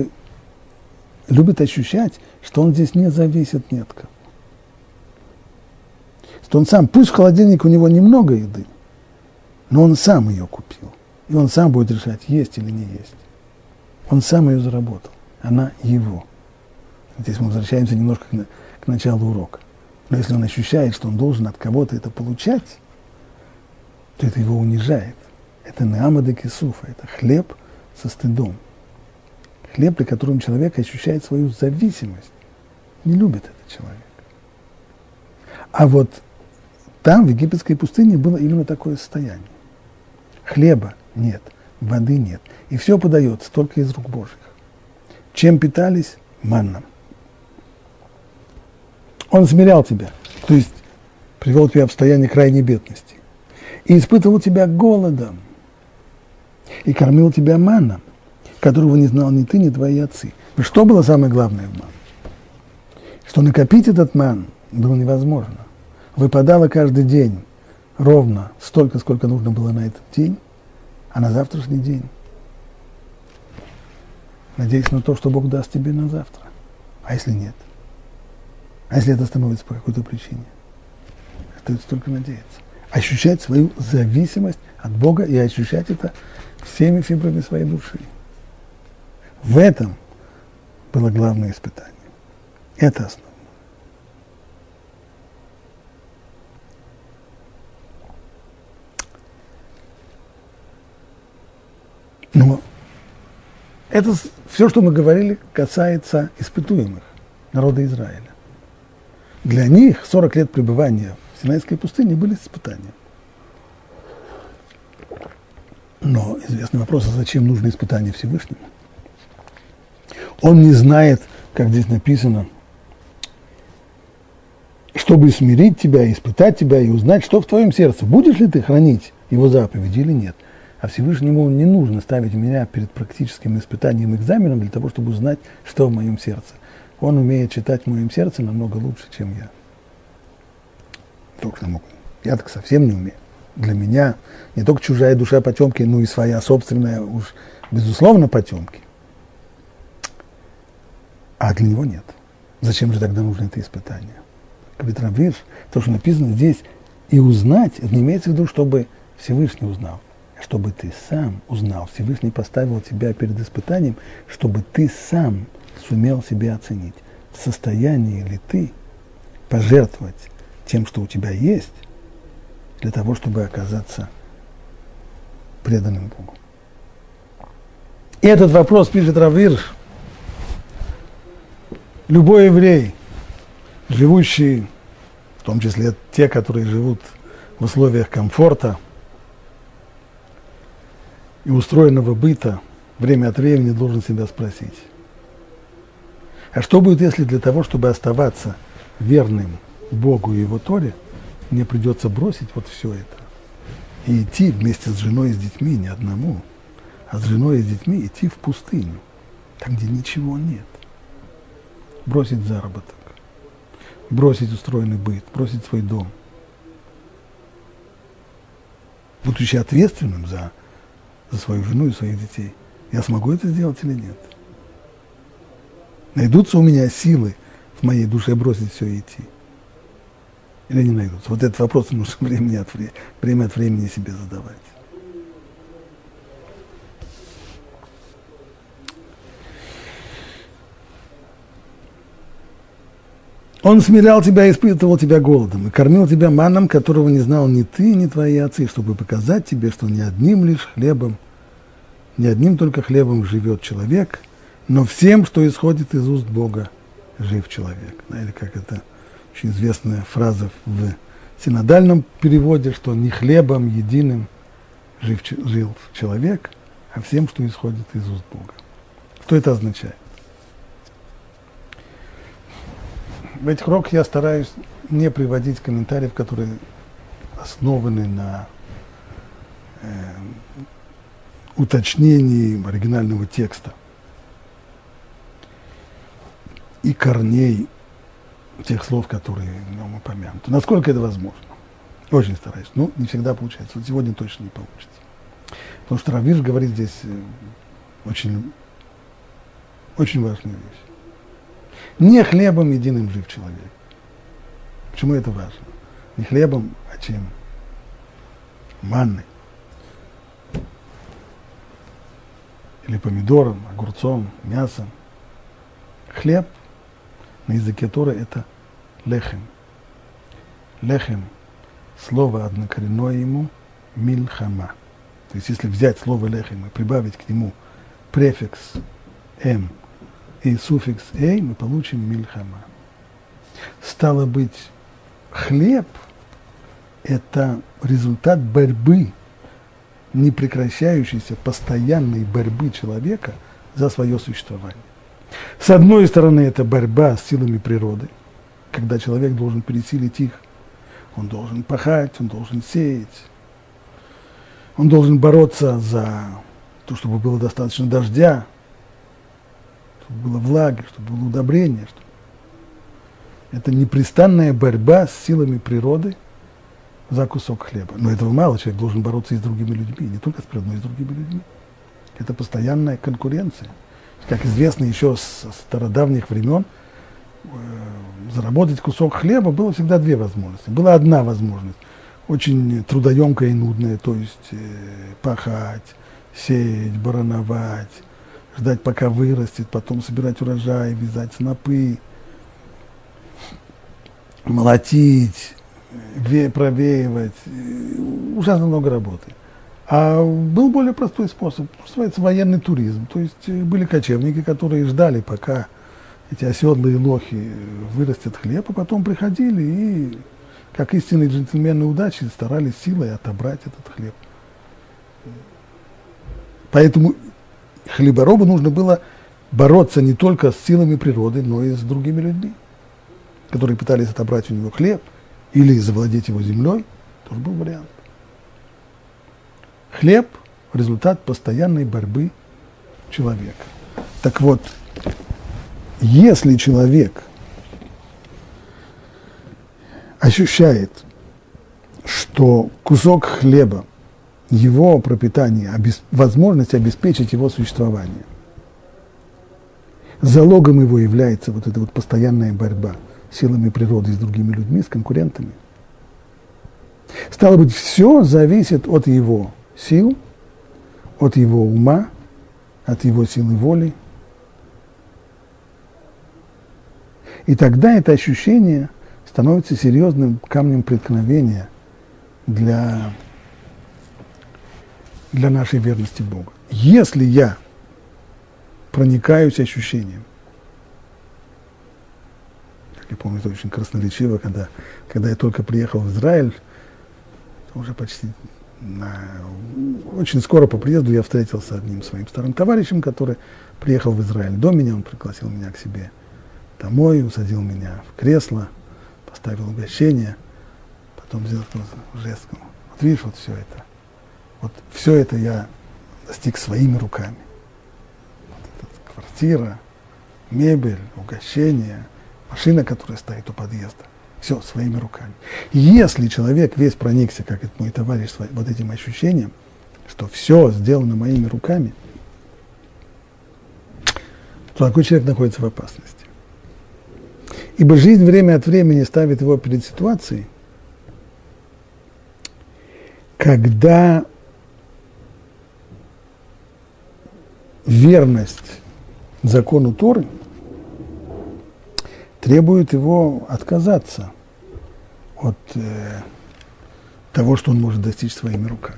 ощущать, что он здесь не зависит ни от кого. Что он сам, пусть в холодильнике у него немного еды, но он сам ее купил. И он сам будет решать, есть или не есть. Он сам ее заработал. Она его. Здесь мы возвращаемся немножко к началу урока. Но если он ощущает, что он должен от кого-то это получать, то это его унижает. Это неама де кисуфа, это хлеб со стыдом. Хлеб, при котором человек ощущает свою зависимость. Не любит этот человек. А вот там, в египетской пустыне, было именно такое состояние. Хлеба нет, воды нет. И все подается только из рук Божьих. Чем питались? Манном. Он смирял тебя, то есть привел тебя в состояние крайней бедности. И испытывал тебя голодом. И кормил тебя манном, которого не знал ни ты, ни твои отцы. Но что было самое главное в манне? Что накопить этот ман было невозможно. Выпадало каждый день ровно столько, сколько нужно было на этот день, а на завтрашний день надеясь на то, что Бог даст тебе на завтра. А если нет? А если это становится по какой-то причине? Остается только надеяться. Ощущать свою зависимость от Бога и ощущать это всеми фибрами своей души. В этом было главное испытание. Это основа. Но это все, что мы говорили, касается испытуемых народа Израиля. Для них 40 лет пребывания в Синайской пустыне были испытанием. Но известный вопрос, а зачем нужно испытание Всевышнему? Он не знает, как здесь написано, чтобы смирить тебя, испытать тебя и узнать, что в твоем сердце. Будешь ли ты хранить его заповеди или нет? А Всевышнему не нужно ставить меня перед практическим испытанием, экзаменом для того, чтобы узнать, что в моем сердце. Он умеет читать в моем сердце намного лучше, чем я. Я так совсем не умею. Для меня не только чужая душа потемки, но и своя собственная, уж безусловно, потемки. А для него нет. Зачем же тогда нужно это испытание? Говорит Рав Гирш, то, что написано здесь, и узнать, это не имеется в виду, чтобы Всевышний узнал, а чтобы ты сам узнал. Всевышний поставил тебя перед испытанием, чтобы ты сам сумел себя оценить. В состоянии ли ты пожертвовать тем, что у тебя есть, для того, чтобы оказаться преданным Богу. И этот вопрос пишет Рав Гирш. Любой еврей, живущий, в том числе те, которые живут в условиях комфорта и устроенного быта, время от времени должен себя спросить, а что будет, если для того, чтобы оставаться верным Богу и Его Торе, мне придется бросить вот все это и идти вместе с женой и с детьми, не одному, а с женой и с детьми идти в пустыню, там, где ничего нет. Бросить заработок, бросить устроенный быт, бросить свой дом. Будучи ответственным за свою жену и своих детей, я смогу это сделать или нет? Найдутся у меня силы в моей душе бросить все и идти? Или не найдутся? Вот этот вопрос нужно время от времени себе задавать. Он смирял тебя и испытывал тебя голодом, и кормил тебя манном, которого не знал ни ты, ни твои отцы, чтобы показать тебе, что не одним только хлебом живет человек, но всем, что исходит из уст Бога, жив человек. Или как это очень известная фраза в синодальном переводе, что не хлебом единым жил человек, а всем, что исходит из уст Бога. Что это означает? В этих уроках я стараюсь не приводить комментариев, которые основаны на уточнении оригинального текста и корней тех слов, которые в нем упомянуты. Насколько это возможно. Очень стараюсь. Но не всегда получается. Вот сегодня точно не получится. Потому что Рав Вирш говорит здесь очень, очень важную вещь. Не хлебом единым жив человек. Почему это важно? Не хлебом, а чем? Манной. Или помидором, огурцом, мясом. Хлеб, на языке Торы, это лехем. Лехем, слово однокоренное ему, мильхама. То есть, если взять слово лехем и прибавить к нему префикс «м» и суффикс «эй», мы получим мильхама. Стало быть, хлеб – это результат борьбы, непрекращающейся, постоянной борьбы человека за свое существование. С одной стороны, это борьба с силами природы, когда человек должен пересилить их. Он должен пахать, он должен сеять, он должен бороться за то, чтобы было достаточно дождя, чтобы было влаги, чтобы было удобрение. Это непрестанная борьба с силами природы за кусок хлеба. Но этого мало, человек должен бороться и с другими людьми, не только с природой, но и с другими людьми. Это постоянная конкуренция. Как известно, еще с стародавних времен заработать кусок хлеба было всегда две возможности. Была одна возможность, очень трудоемкая и нудная, то есть пахать, сеять, барановать, ждать, пока вырастет, потом собирать урожай, вязать снопы, молотить, провеивать, ужасно много работы. А был более простой способ, называется военный туризм. То есть были кочевники, которые ждали, пока эти оседлые лохи вырастет хлеб, а потом приходили и, как истинные джентльмены удачи, старались силой отобрать этот хлеб. Поэтому хлеборобу нужно было бороться не только с силами природы, но и с другими людьми, которые пытались отобрать у него хлеб или завладеть его землей. Тоже был вариант. Хлеб – результат постоянной борьбы человека. Так вот, если человек ощущает, что кусок хлеба, его пропитание, возможность обеспечить его существование, залогом его является вот эта вот постоянная борьба с силами природы и с другими людьми, с конкурентами, стало быть, все зависит от его сил, от его ума, от его силы воли. И тогда это ощущение становится серьезным камнем преткновения для нашей верности Богу. Если я проникаюсь ощущением, как я помню, это очень красноречиво, когда я только приехал в Израиль, уже почти очень скоро по приезду я встретился с одним своим старым товарищем, который приехал в Израиль до меня, он пригласил меня к себе домой, усадил меня в кресло, поставил угощение, потом сделал жест, вот видишь, вот все это я достиг своими руками. Вот эта квартира, мебель, угощение, машина, которая стоит у подъезда. Все своими руками. Если человек весь проникся, как это мой товарищ, вот этим ощущением, что все сделано моими руками, то такой человек находится в опасности. Ибо жизнь время от времени ставит его перед ситуацией, когда верность закону Торы требует его отказаться от того, что он может достичь своими руками.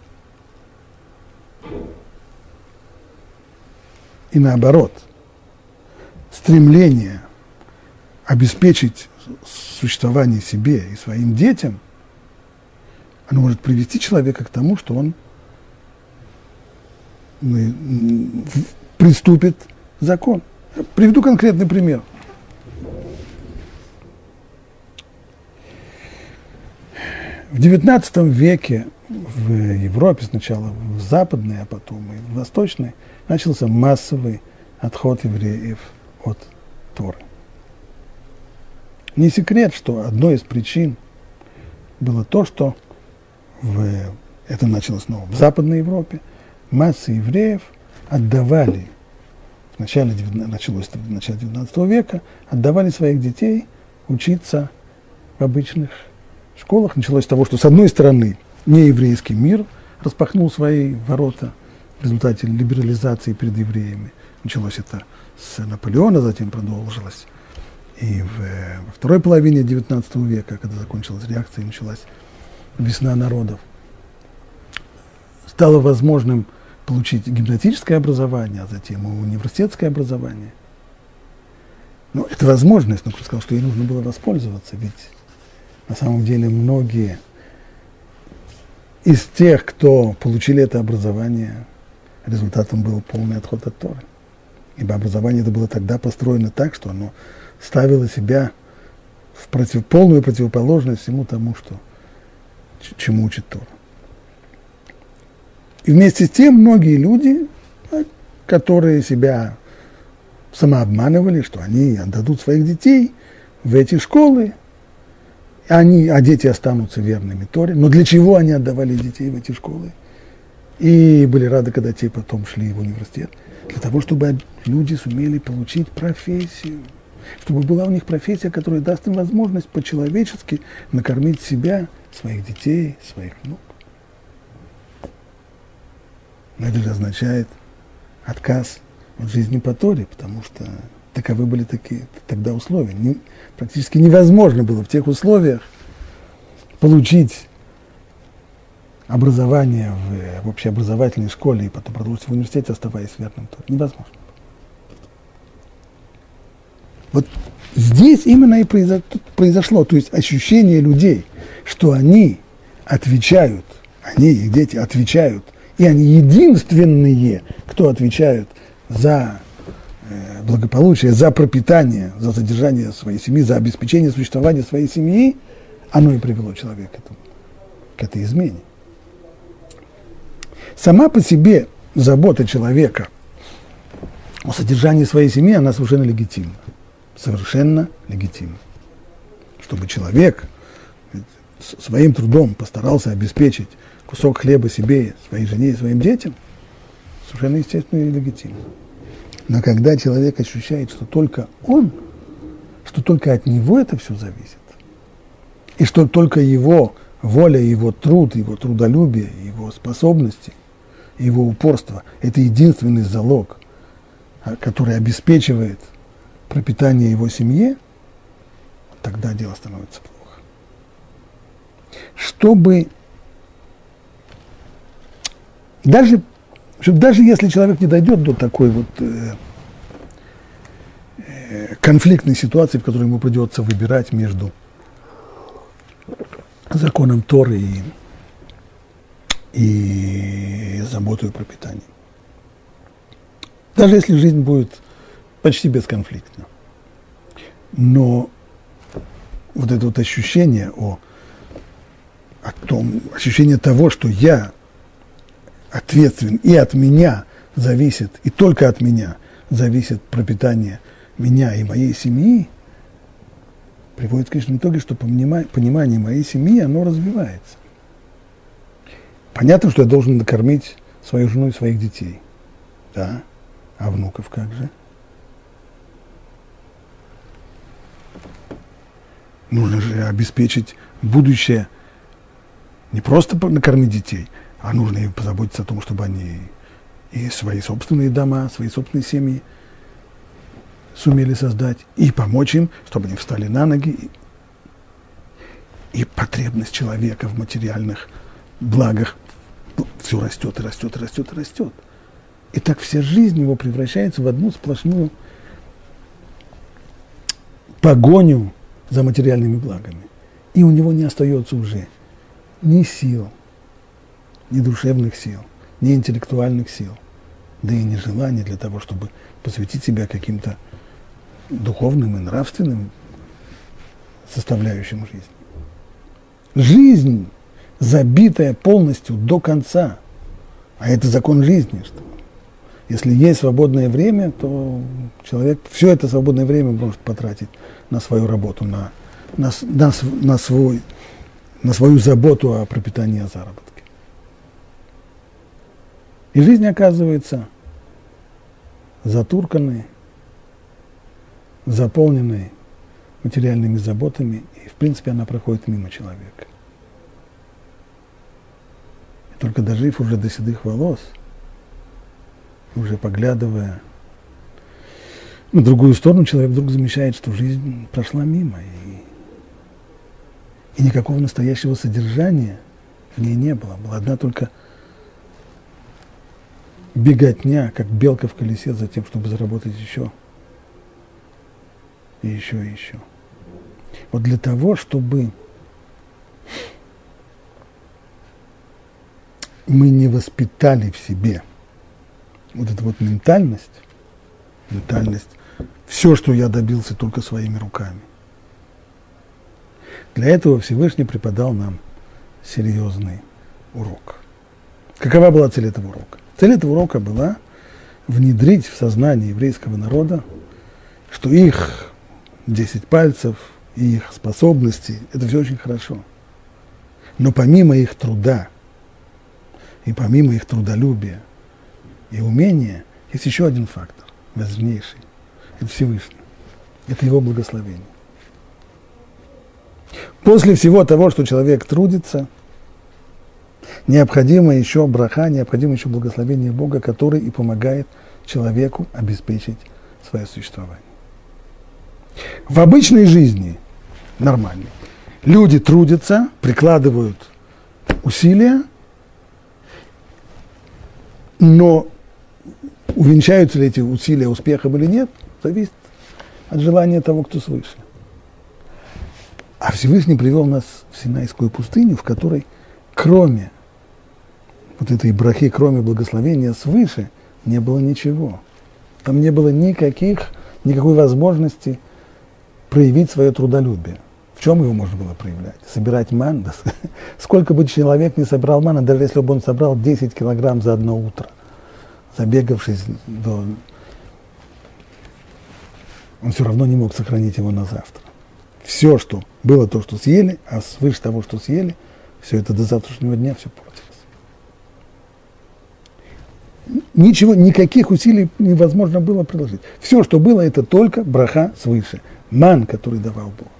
И наоборот, стремление обеспечить существование себе и своим детям, оно может привести человека к тому, что он приступит закон. Приведу конкретный пример. В XIX веке в Европе сначала, в западной, а потом и в восточной, начался массовый отход евреев от Торы. Не секрет, что одной из причин было то, что это началось снова в Западной Европе, масса евреев отдавали, началось в начале XIX века, отдавали своих детей учиться в обычных школах. Началось с того, что, с одной стороны, нееврейский мир распахнул свои ворота в результате либерализации перед евреями. Началось это с Наполеона, затем продолжилось и во второй половине XIX века, когда закончилась реакция и началась весна народов. Стало возможным получить гимназическое образование, а затем и университетское образование. Ну, это возможность, но кто сказал, что ей нужно было воспользоваться, ведь на самом деле многие из тех, кто получили это образование, результатом был полный отход от Торы. Ибо образование это было тогда построено так, что оно ставило себя в полную противоположность всему тому, чему учит Тора. И вместе с тем многие люди, которые себя самообманывали, что они отдадут своих детей в эти школы, а дети останутся верными Торе. Но для чего они отдавали детей в эти школы? И были рады, когда те потом шли в университет. Для того, чтобы люди сумели получить профессию. Чтобы была у них профессия, которая даст им возможность по-человечески накормить себя, своих детей, своих внуков. Но это же означает отказ от жизни по Торе, потому что таковы были тогда условия. Практически невозможно было в тех условиях получить образование в общеобразовательной школе и потом продолжить в университете, оставаясь верным Торе. Невозможно. Вот здесь именно и произошло, то есть ощущение людей, что они отвечают, их дети отвечают, и они единственные, кто отвечают за благополучие, за пропитание, за содержание своей семьи, за обеспечение существования своей семьи, оно и привело человека к этой измене. Сама по себе забота человека о содержании своей семьи, она совершенно легитимна. Совершенно легитимна. Чтобы человек своим трудом постарался обеспечить кусок хлеба себе, своей жене и своим детям, совершенно естественно и легитимно. Но когда человек ощущает, что только он, что только от него это все зависит, и что только его воля, его труд, его трудолюбие, его способности, его упорство – это единственный залог, который обеспечивает пропитание его семье, тогда дело становится плохо. Даже если человек не дойдет до такой вот конфликтной ситуации, в которой ему придется выбирать между законом Торы и заботой о пропитании. Даже если жизнь будет почти бесконфликтна. Но вот это вот ощущение ощущение того, что я ответственен, и от меня зависит, и только от меня зависит пропитание меня и моей семьи, приводит в конечном итоге, что понимание моей семьи, оно развивается. Понятно, что я должен накормить свою жену и своих детей. Да? А внуков как же? Нужно же обеспечить будущее, не просто накормить детей, а нужно и позаботиться о том, чтобы они и свои собственные дома, свои собственные семьи сумели создать, и помочь им, чтобы они встали на ноги. И потребность человека в материальных благах все растет и растет, и растет, и растет. И так вся жизнь его превращается в одну сплошную погоню за материальными благами. И у него не остается уже ни сил, ни душевных сил, ни интеллектуальных сил, да и ни желания для того, чтобы посвятить себя каким-то духовным и нравственным составляющим жизни. Жизнь забитая полностью до конца. А это закон жизни, что если есть свободное время, то человек все это свободное время может потратить на свою работу, на свою заботу о пропитании, о заработке. И жизнь оказывается затурканной, заполненной материальными заботами, и в принципе она проходит мимо человека. И только дожив уже до седых волос, уже поглядывая на другую сторону, человек вдруг замечает, что жизнь прошла мимо, и никакого настоящего содержания в ней не было. Была одна только беготня, как белка в колесе, за тем, чтобы заработать еще, и еще, и еще. Вот для того, чтобы мы не воспитали в себе вот эту вот ментальность, все, что я добился только своими руками. Для этого Всевышний преподал нам серьезный урок. Какова была цель этого урока? Цель этого урока была внедрить в сознание еврейского народа, что их 10 пальцев, их способности – это все очень хорошо. Но помимо их труда и помимо их трудолюбия и умения, есть еще один фактор, важнейший. Это Всевышний. Это его благословение. После всего того, что человек трудится, необходимо еще браха, необходимо еще благословение Бога, который и помогает человеку обеспечить свое существование. В обычной жизни, нормальной, люди трудятся, прикладывают усилия, но увенчаются ли эти усилия успехом или нет, зависит от желания того, кто свыше. А Всевышний привел нас в Синайскую пустыню, в которой кроме вот этой брахи, кроме благословения свыше, не было ничего. Там не было никакой возможности проявить свое трудолюбие. В чем его можно было проявлять? Собирать ман? Сколько бы человек не собрал мана, даже если бы он собрал 10 килограмм за одно утро, забегавшись до... Он все равно не мог сохранить его на завтра. Все, что было, то, что съели, а свыше того, что съели, все это до завтрашнего дня все портилось. Ничего, никаких усилий невозможно было приложить. Все, что было, это только браха свыше. Ман, который давал Бог.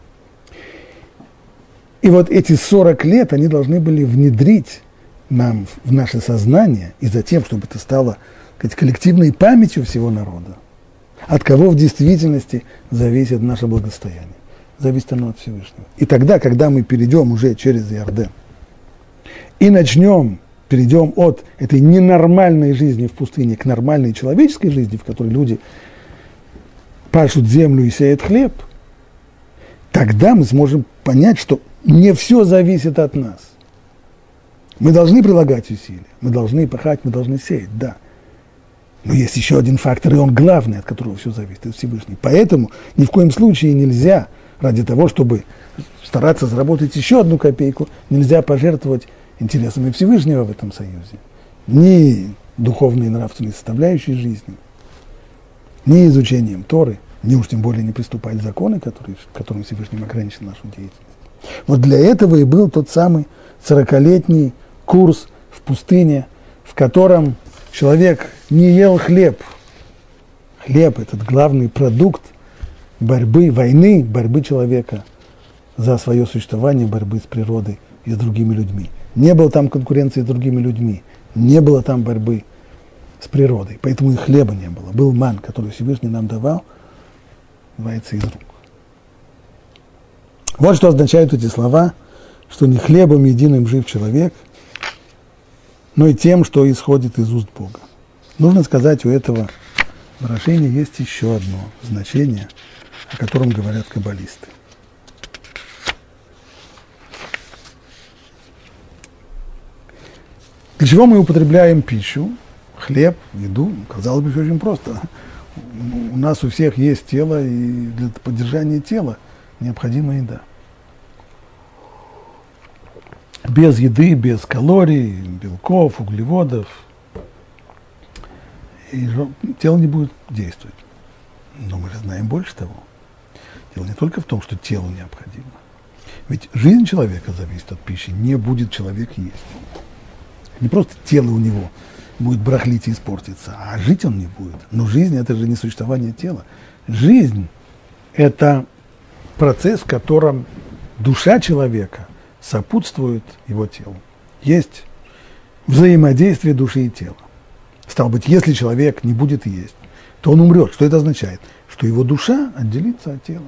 И вот эти 40 лет они должны были внедрить нам в наше сознание, и затем, чтобы это стало, сказать, коллективной памятью всего народа, от кого в действительности зависит наше благосостояние. Зависит оно от Всевышнего. И тогда, когда мы перейдем уже через Иорден и перейдем от этой ненормальной жизни в пустыне к нормальной человеческой жизни, в которой люди пашут землю и сеют хлеб, тогда мы сможем понять, что не все зависит от нас. Мы должны прилагать усилия, мы должны пахать, мы должны сеять, да. Но есть еще один фактор, и он главный, от которого все зависит, это Всевышний. Поэтому ни в коем случае нельзя, ради того, чтобы стараться заработать еще одну копейку, нельзя пожертвовать интересами Всевышнего в этом союзе. Ни духовной и нравственной составляющей жизни, ни изучением Торы, ни уж тем более не приступать к закону, которым Всевышний ограничил нашу деятельность. Вот для этого и был тот самый 40-летний курс в пустыне, в котором человек не ел хлеб. Хлеб – этот главный продукт борьбы, войны, борьбы человека за свое существование, борьбы с природой и с другими людьми. Не было там конкуренции с другими людьми, не было там борьбы с природой, поэтому и хлеба не было. Был ман, который Всевышний нам давал, называется из рук. Вот что означают эти слова, что не хлебом единым жив человек, но и тем, что исходит из уст Бога. Нужно сказать, у этого выражения есть еще одно значение, о котором говорят каббалисты. Для чего мы употребляем пищу, хлеб, еду? Казалось бы, все очень просто. У нас у всех есть тело, и для поддержания тела необходима еда. без еды, без калорий, белков, углеводов, и тело не будет действовать. Но мы же знаем больше того. Дело не только в том, что телу необходимо. Ведь жизнь человека зависит от пищи, не будет человек есть. Не просто тело у него будет барахлить и испортиться, а жить он не будет. Но жизнь – это же не существование тела. Жизнь – это процесс, в котором душа человека сопутствует его телу. Есть взаимодействие души и тела. Стало быть, если человек не будет есть, то он умрет. Что это означает? Что его душа отделится от тела.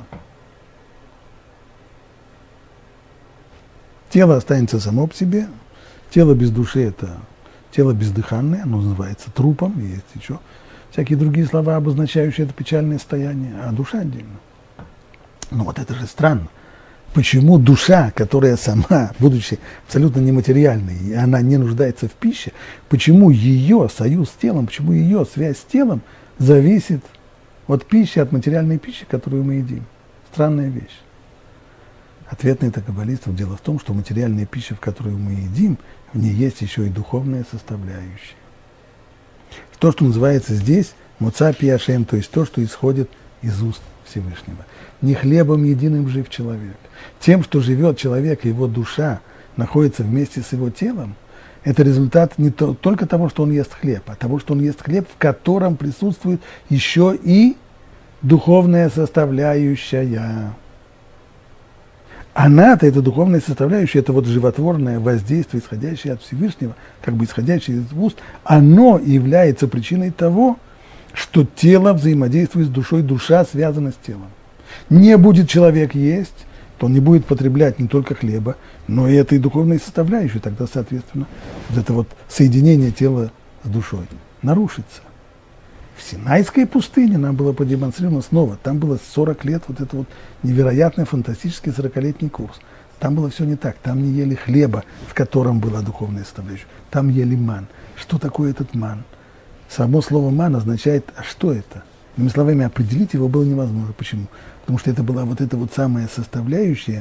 Тело останется само по себе. Тело без души – это тело бездыханное, оно называется трупом, есть еще всякие другие слова, обозначающие это печальное состояние, а душа отдельно. Ну вот это же странно. Почему душа, которая сама, будучи абсолютно нематериальной, и она не нуждается в пище, почему ее союз с телом, почему ее связь с телом зависит от пищи, от материальной пищи, которую мы едим? Странная вещь. Ответ на это каббалистов. Дело в том, что материальная пища, в которую мы едим, в ней есть еще и духовная составляющая. То, что называется здесь моца пи Ашем, то есть то, что исходит из уст Всевышнего. Не хлебом единым жив человек. Тем, что живет человек, и его душа находится вместе с его телом, это результат не только того, что он ест хлеб, а того, что он ест хлеб, в котором присутствует еще и духовная составляющая. Она-то, эта духовная составляющая, это вот животворное воздействие, исходящее от Всевышнего, как бы исходящее из уст, оно является причиной того, что тело взаимодействует с душой, душа связана с телом. Не будет человек есть, то он не будет потреблять не только хлеба, но и этой духовной составляющей. Тогда, соответственно, вот это вот соединение тела с душой нарушится. В Синайской пустыне нам было продемонстрировано снова, там было 40 лет вот это вот невероятный, фантастический 40-летний курс. Там было все не так, там не ели хлеба, в котором была духовная составляющая, там ели ман. Что такое этот ман? Само слово ман означает, а что это? Иными словами, определить его было невозможно. Почему? Потому что это была вот эта вот самая составляющая,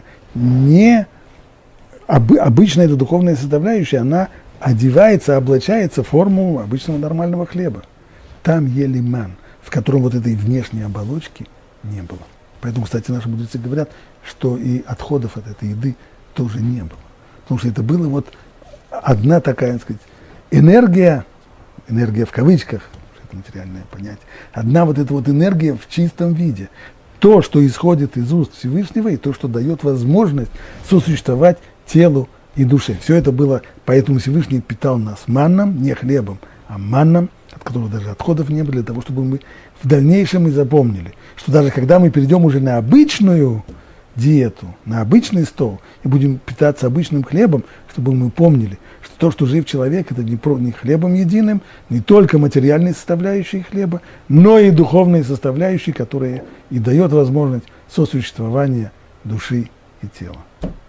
обычная эта духовная составляющая, она одевается, облачается в форму обычного нормального хлеба. Там ели ман, в котором вот этой внешней оболочки не было. Поэтому, кстати, наши мудрецы говорят, что и отходов от этой еды тоже не было. Потому что это было вот одна такая, так сказать, энергия в кавычках, это материальное понятие, одна вот эта вот энергия в чистом виде. То, что исходит из уст Всевышнего, и то, что дает возможность сосуществовать телу и душе. Все это было, поэтому Всевышний питал нас манном, не хлебом, а манном, от которого даже отходов не было, для того, чтобы мы в дальнейшем и запомнили, что даже когда мы перейдем уже на обычную диету, на обычный стол, и будем питаться обычным хлебом, чтобы мы помнили, что то, что жив человек, это не хлебом единым, не только материальной составляющей хлеба, но и духовной составляющей, которая и дает возможность сосуществования души и тела.